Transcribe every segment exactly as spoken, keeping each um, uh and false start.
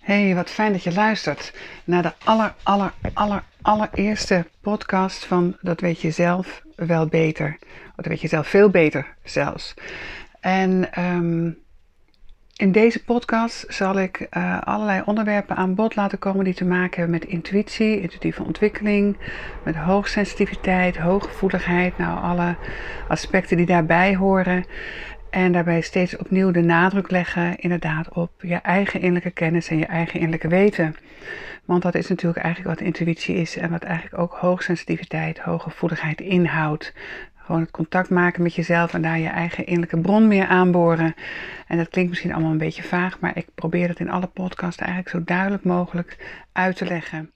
Hey, wat fijn dat je luistert naar de aller, aller, aller, allereerste podcast van Dat weet je zelf wel beter. Dat weet je zelf veel beter zelfs. En um, in deze podcast zal ik uh, allerlei onderwerpen aan bod laten komen die te maken hebben met intuïtie, intuïtieve ontwikkeling, met hoogsensitiviteit, hooggevoeligheid, nou alle aspecten die daarbij horen. En daarbij steeds opnieuw de nadruk leggen inderdaad op je eigen innerlijke kennis en je eigen innerlijke weten. Want dat is natuurlijk eigenlijk wat intuïtie is en wat eigenlijk ook hoogsensitiviteit, hooggevoeligheid inhoudt. Gewoon het contact maken met jezelf en daar je eigen innerlijke bron meer aanboren. En dat klinkt misschien allemaal een beetje vaag, maar ik probeer het in alle podcasts eigenlijk zo duidelijk mogelijk uit te leggen.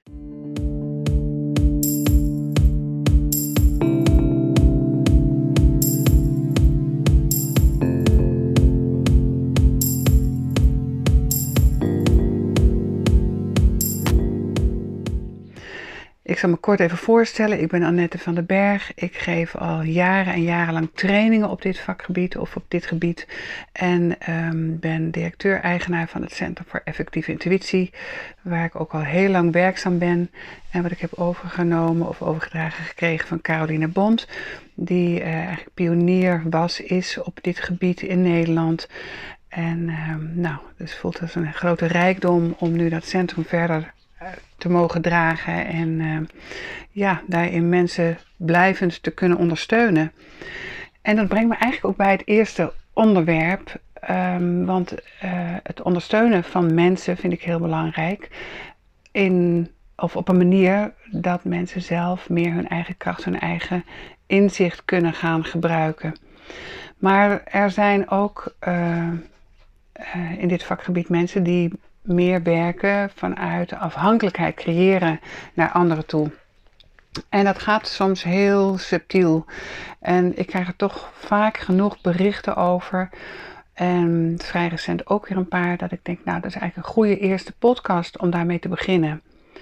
Ik zal me kort even voorstellen. Ik ben Annette van den Berg. Ik geef al jaren en jarenlang trainingen op dit vakgebied of op dit gebied. En um, ben directeur-eigenaar van het Centrum voor Effectieve Intuïtie, waar ik ook al heel lang werkzaam ben. En wat ik heb overgenomen of overgedragen gekregen van Caroline Bond, die uh, eigenlijk pionier was, is op dit gebied in Nederland. En um, nou, dus voelt het als een grote rijkdom om nu dat centrum verder te mogen dragen en uh, ja, daarin mensen blijvend te kunnen ondersteunen. En dat brengt me eigenlijk ook bij het eerste onderwerp, um, want uh, het ondersteunen van mensen vind ik heel belangrijk, in, of op een manier dat mensen zelf meer hun eigen kracht, hun eigen inzicht kunnen gaan gebruiken. Maar er zijn ook uh, uh, in dit vakgebied mensen die meer werken vanuit de afhankelijkheid creëren naar anderen toe. En dat gaat soms heel subtiel. En ik krijg er toch vaak genoeg berichten over. En vrij recent ook weer een paar dat ik denk, nou, dat is eigenlijk een goede eerste podcast om daarmee te beginnen.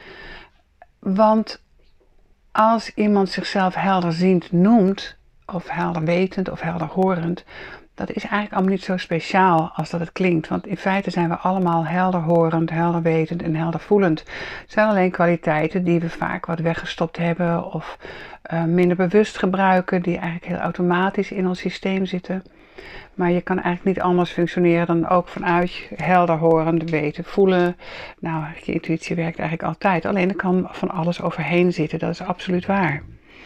Want als iemand zichzelf helderziend noemt, of helderwetend of helderhorend, dat is eigenlijk allemaal niet zo speciaal als dat het klinkt. Want in feite zijn we allemaal helderhorend, helderwetend en heldervoelend. Het zijn alleen kwaliteiten die we vaak wat weggestopt hebben of uh, minder bewust gebruiken, die eigenlijk heel automatisch in ons systeem zitten. Maar je kan eigenlijk niet anders functioneren dan ook vanuit helderhorend weten, voelen. Nou, je intuïtie werkt eigenlijk altijd. Alleen er kan van alles overheen zitten, dat is absoluut waar.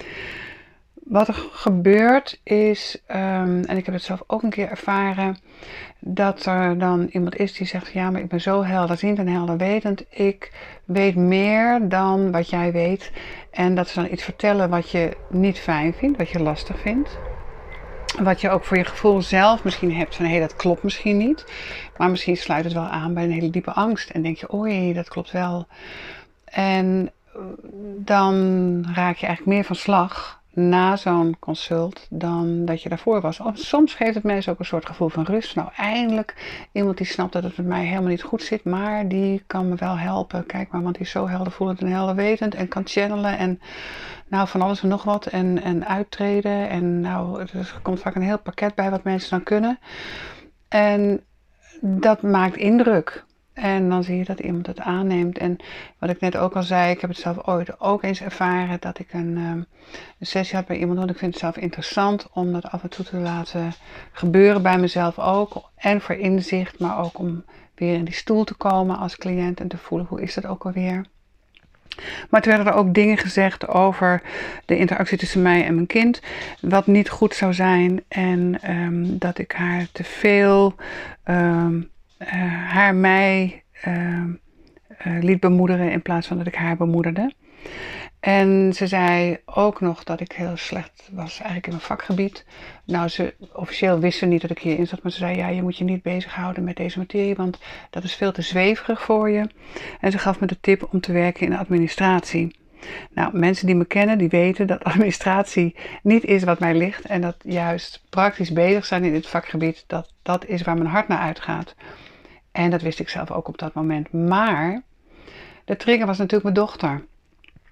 Wat er gebeurt is, um, en ik heb het zelf ook een keer ervaren, dat er dan iemand is die zegt, ja, maar ik ben zo helderziend en helderwetend, ik weet meer dan wat jij weet. En dat ze dan iets vertellen wat je niet fijn vindt, wat je lastig vindt. Wat je ook voor je gevoel zelf misschien hebt van, hé, hey, dat klopt misschien niet. Maar misschien sluit het wel aan bij een hele diepe angst. En denk je, oei, dat klopt wel. En dan raak je eigenlijk meer van slag na zo'n consult dan dat je daarvoor was. Of soms geeft het mensen ook een soort gevoel van rust. Nou, eindelijk iemand die snapt dat het met mij helemaal niet goed zit, maar die kan me wel helpen. Kijk maar, want die is zo heldervoelend en helderwetend en kan channelen en nou van alles en nog wat en, en uittreden. En nou, er komt vaak een heel pakket bij wat mensen dan kunnen. En dat maakt indruk. En dan zie je dat iemand het aanneemt. En wat ik net ook al zei, ik heb het zelf ooit ook eens ervaren dat ik een, um, een sessie had bij iemand. Want ik vind het zelf interessant om dat af en toe te laten gebeuren bij mezelf ook. En voor inzicht, maar ook om weer in die stoel te komen als cliënt en te voelen, hoe is dat ook alweer? Maar toen werden er ook dingen gezegd over de interactie tussen mij en mijn kind, wat niet goed zou zijn. En um, dat ik haar te veel Um, Uh, haar mij uh, uh, liet bemoederen in plaats van dat ik haar bemoederde. En ze zei ook nog dat ik heel slecht was eigenlijk in mijn vakgebied. Nou, ze, officieel wist ze niet dat ik hierin zat, maar ze zei, ja, je moet je niet bezighouden met deze materie, want dat is veel te zweverig voor je. En ze gaf me de tip om te werken in de administratie. Nou, mensen die me kennen, die weten dat administratie niet is wat mij ligt en dat juist praktisch bezig zijn in dit vakgebied, dat dat is waar mijn hart naar uitgaat. En dat wist ik zelf ook op dat moment. Maar de trigger was natuurlijk mijn dochter.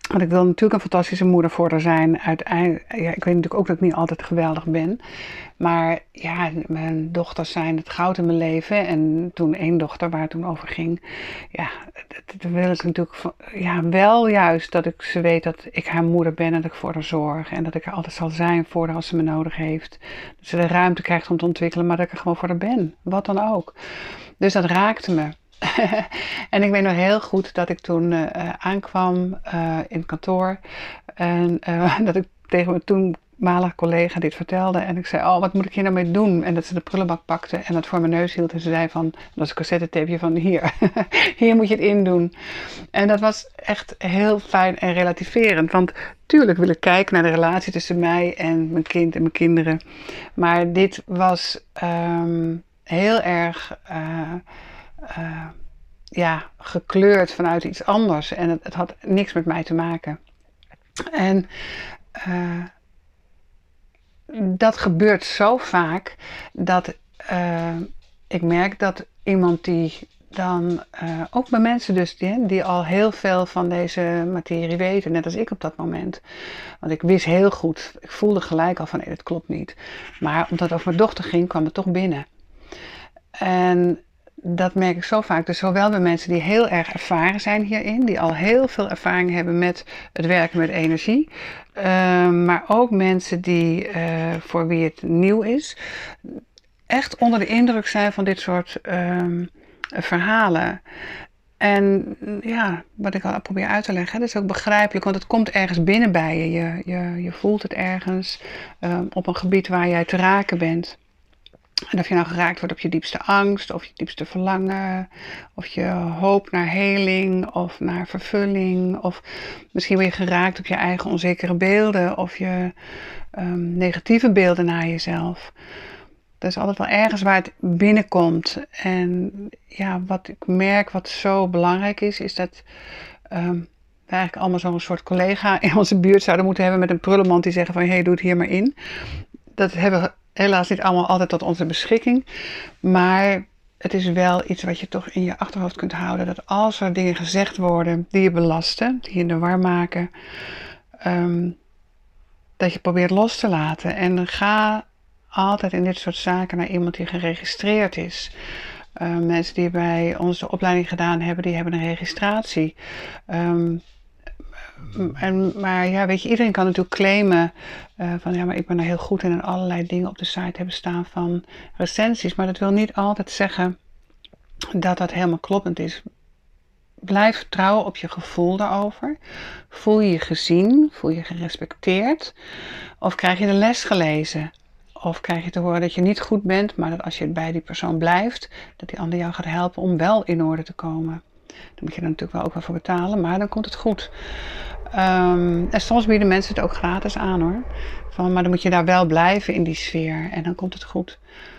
Want ik wil natuurlijk een fantastische moeder voor haar zijn. Uiteindelijk, ja, ik weet natuurlijk ook dat ik niet altijd geweldig ben. Maar ja, mijn dochters zijn het goud in mijn leven. En toen één dochter waar het toen over ging. Ja, dan wil ik natuurlijk ja, wel juist dat ik ze weet dat ik haar moeder ben. En dat ik voor haar zorg. En dat ik er altijd zal zijn voor haar als ze me nodig heeft. Dat ze de ruimte krijgt om te ontwikkelen. Maar dat ik er gewoon voor haar ben. Wat dan ook. Dus dat raakte me. En ik weet nog heel goed dat ik toen uh, aankwam uh, in het kantoor. En uh, dat ik tegen mijn toenmalige collega dit vertelde. En ik zei, oh, wat moet ik hier nou mee doen? En dat ze de prullenbak pakte en dat voor mijn neus hield. En ze zei van, dat was een cassettetapeje van hier. Hier moet je het in doen. En dat was echt heel fijn en relativerend. Want tuurlijk wil ik kijken naar de relatie tussen mij en mijn kind en mijn kinderen. Maar dit was um, heel erg... Uh, Uh, ja, gekleurd vanuit iets anders. En het, het had niks met mij te maken. En uh, dat gebeurt zo vaak dat uh, ik merk dat iemand die dan, uh, ook bij mensen dus, die, die al heel veel van deze materie weten, net als ik op dat moment. Want ik wist heel goed, ik voelde gelijk al van nee, dat klopt niet. Maar omdat het over mijn dochter ging, kwam het toch binnen. En dat merk ik zo vaak. Dus zowel bij mensen die heel erg ervaren zijn hierin, die al heel veel ervaring hebben met het werken met energie. Uh, maar ook mensen die, uh, voor wie het nieuw is, echt onder de indruk zijn van dit soort uh, verhalen. En ja, wat ik al probeer uit te leggen, dat is ook begrijpelijk, want het komt ergens binnen bij je. Je, je, je voelt het ergens uh, op een gebied waar jij te raken bent. En of je nou geraakt wordt op je diepste angst, of je diepste verlangen, of je hoop naar heling, of naar vervulling, of misschien word je geraakt op je eigen onzekere beelden, of je um, negatieve beelden naar jezelf. Dat is altijd wel ergens waar het binnenkomt. En ja, wat ik merk wat zo belangrijk is, is dat um, we eigenlijk allemaal zo'n soort collega in onze buurt zouden moeten hebben met een prullenmand die zeggen van, hé, hey, doe het hier maar in. Dat hebben we helaas niet allemaal altijd tot onze beschikking. Maar het is wel iets wat je toch in je achterhoofd kunt houden. Dat als er dingen gezegd worden die je belasten, die je in de war maken, um, dat je probeert los te laten. En ga altijd in dit soort zaken naar iemand die geregistreerd is. Uh, mensen die bij ons de opleiding gedaan hebben, die hebben een registratie. Um, En, maar ja, weet je, iedereen kan natuurlijk claimen uh, van ja, maar ik ben er heel goed in en allerlei dingen op de site hebben staan van recensies. Maar dat wil niet altijd zeggen dat dat helemaal kloppend is. Blijf vertrouwen op je gevoel daarover. Voel je je gezien? Voel je gerespecteerd? Of krijg je de les gelezen? Of krijg je te horen dat je niet goed bent, maar dat als je bij die persoon blijft, dat die ander jou gaat helpen om wel in orde te komen. Daar moet je er natuurlijk wel ook wel voor betalen, maar dan komt het goed. Um, en soms bieden mensen het ook gratis aan hoor. Van, maar dan moet je daar wel blijven in die sfeer en dan komt het goed.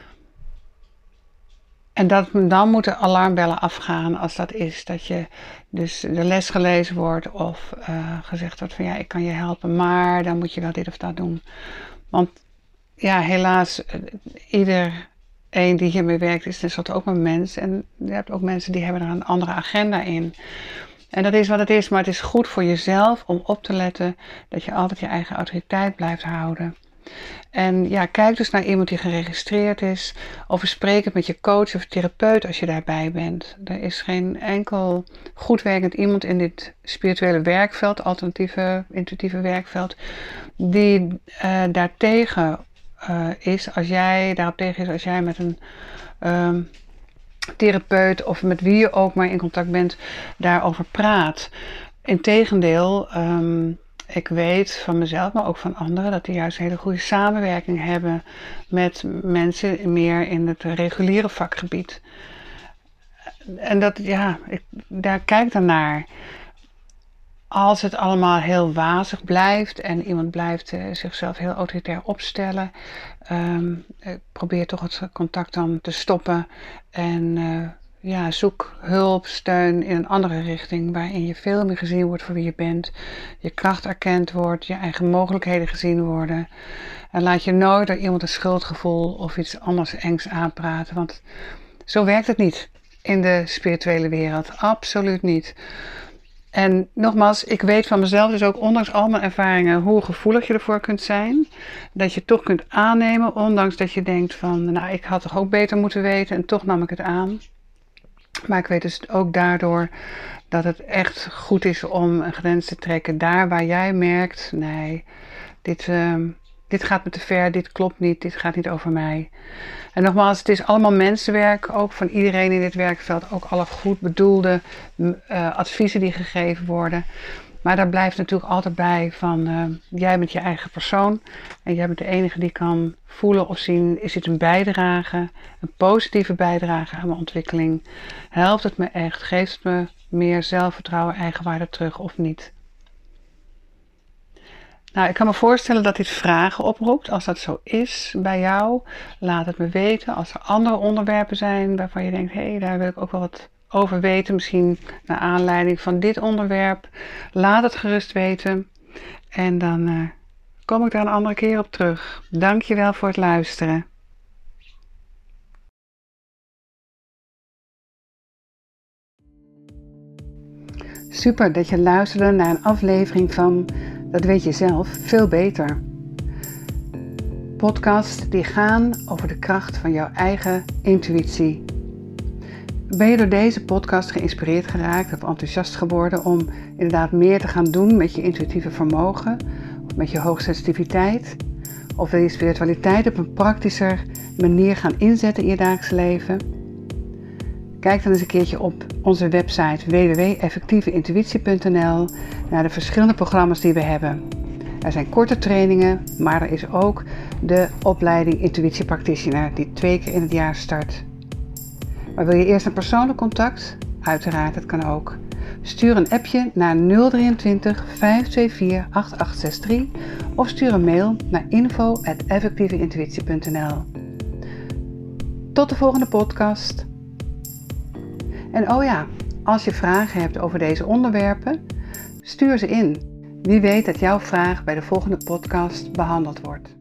En dat, dan moeten alarmbellen afgaan als dat is. Dat je dus de les gelezen wordt of uh, gezegd wordt van ja, ik kan je helpen, maar dan moet je wel dit of dat doen. Want ja, helaas, ieder een die hiermee werkt is tenslotte ook een mens. En je hebt ook mensen die hebben er een andere agenda in. En dat is wat het is, maar het is goed voor jezelf om op te letten dat je altijd je eigen autoriteit blijft houden. En ja, kijk dus naar iemand die geregistreerd is. Of bespreek het met je coach of therapeut als je daarbij bent. Er is geen enkel goed werkend iemand in dit spirituele werkveld, alternatieve, intuïtieve werkveld, die uh, daartegen uh, is als jij, daarop tegen is als jij met een um, therapeut of met wie je ook maar in contact bent, daarover praat. Integendeel, um, ik weet van mezelf, maar ook van anderen, dat die juist een hele goede samenwerking hebben met mensen meer in het reguliere vakgebied. En dat, ja, ik, daar kijk dan naar. Als het allemaal heel wazig blijft en iemand blijft uh, zichzelf heel autoritair opstellen, um, probeer toch het contact dan te stoppen en uh, ja, zoek hulp, steun in een andere richting waarin je veel meer gezien wordt voor wie je bent, je kracht erkend wordt, je eigen mogelijkheden gezien worden. En laat je nooit door iemand een schuldgevoel of iets anders engs aanpraten, want zo werkt het niet in de spirituele wereld. Absoluut niet. En nogmaals, ik weet van mezelf dus ook, ondanks al mijn ervaringen, hoe gevoelig je ervoor kunt zijn. Dat je het toch kunt aannemen, ondanks dat je denkt van, nou, ik had toch ook beter moeten weten en toch nam ik het aan. Maar ik weet dus ook daardoor dat het echt goed is om een grens te trekken. Daar waar jij merkt, nee, dit, uh, dit gaat me te ver, dit klopt niet, dit gaat niet over mij. En nogmaals, het is allemaal mensenwerk, ook van iedereen in dit werkveld. Ook alle goed bedoelde uh, adviezen die gegeven worden. Maar daar blijft natuurlijk altijd bij van, uh, jij bent je eigen persoon. En jij bent de enige die kan voelen of zien, is dit een bijdrage, een positieve bijdrage aan mijn ontwikkeling? Helpt het me echt? Geeft het me meer zelfvertrouwen, eigenwaarde terug of niet? Nou, ik kan me voorstellen dat dit vragen oproept. Als dat zo is bij jou, laat het me weten. Als er andere onderwerpen zijn waarvan je denkt, hé, hey, daar wil ik ook wel wat over weten. Misschien naar aanleiding van dit onderwerp. Laat het gerust weten. En dan uh, kom ik daar een andere keer op terug. Dankjewel voor het luisteren. Super dat je luisterde naar een aflevering van Dat weet je zelf veel beter. Podcasts die gaan over de kracht van jouw eigen intuïtie. Ben je door deze podcast geïnspireerd geraakt of enthousiast geworden om inderdaad meer te gaan doen met je intuïtieve vermogen, of met je hoogsensitiviteit? Of wil je spiritualiteit op een praktischer manier gaan inzetten in je dagelijks leven? Kijk dan eens een keertje op onze website w w w punt effectieve intuïtie punt n l naar de verschillende programma's die we hebben. Er zijn korte trainingen, maar er is ook de opleiding Intuïtie Practitioner die twee keer in het jaar start. Maar wil je eerst een persoonlijk contact? Uiteraard, dat kan ook. Stuur een appje naar nul drieëntwintig vijf twee vier acht acht zes drie of stuur een mail naar info at effectieve intuïtie punt n l. Tot de volgende podcast. En oh ja, als je vragen hebt over deze onderwerpen, stuur ze in. Wie weet dat jouw vraag bij de volgende podcast behandeld wordt.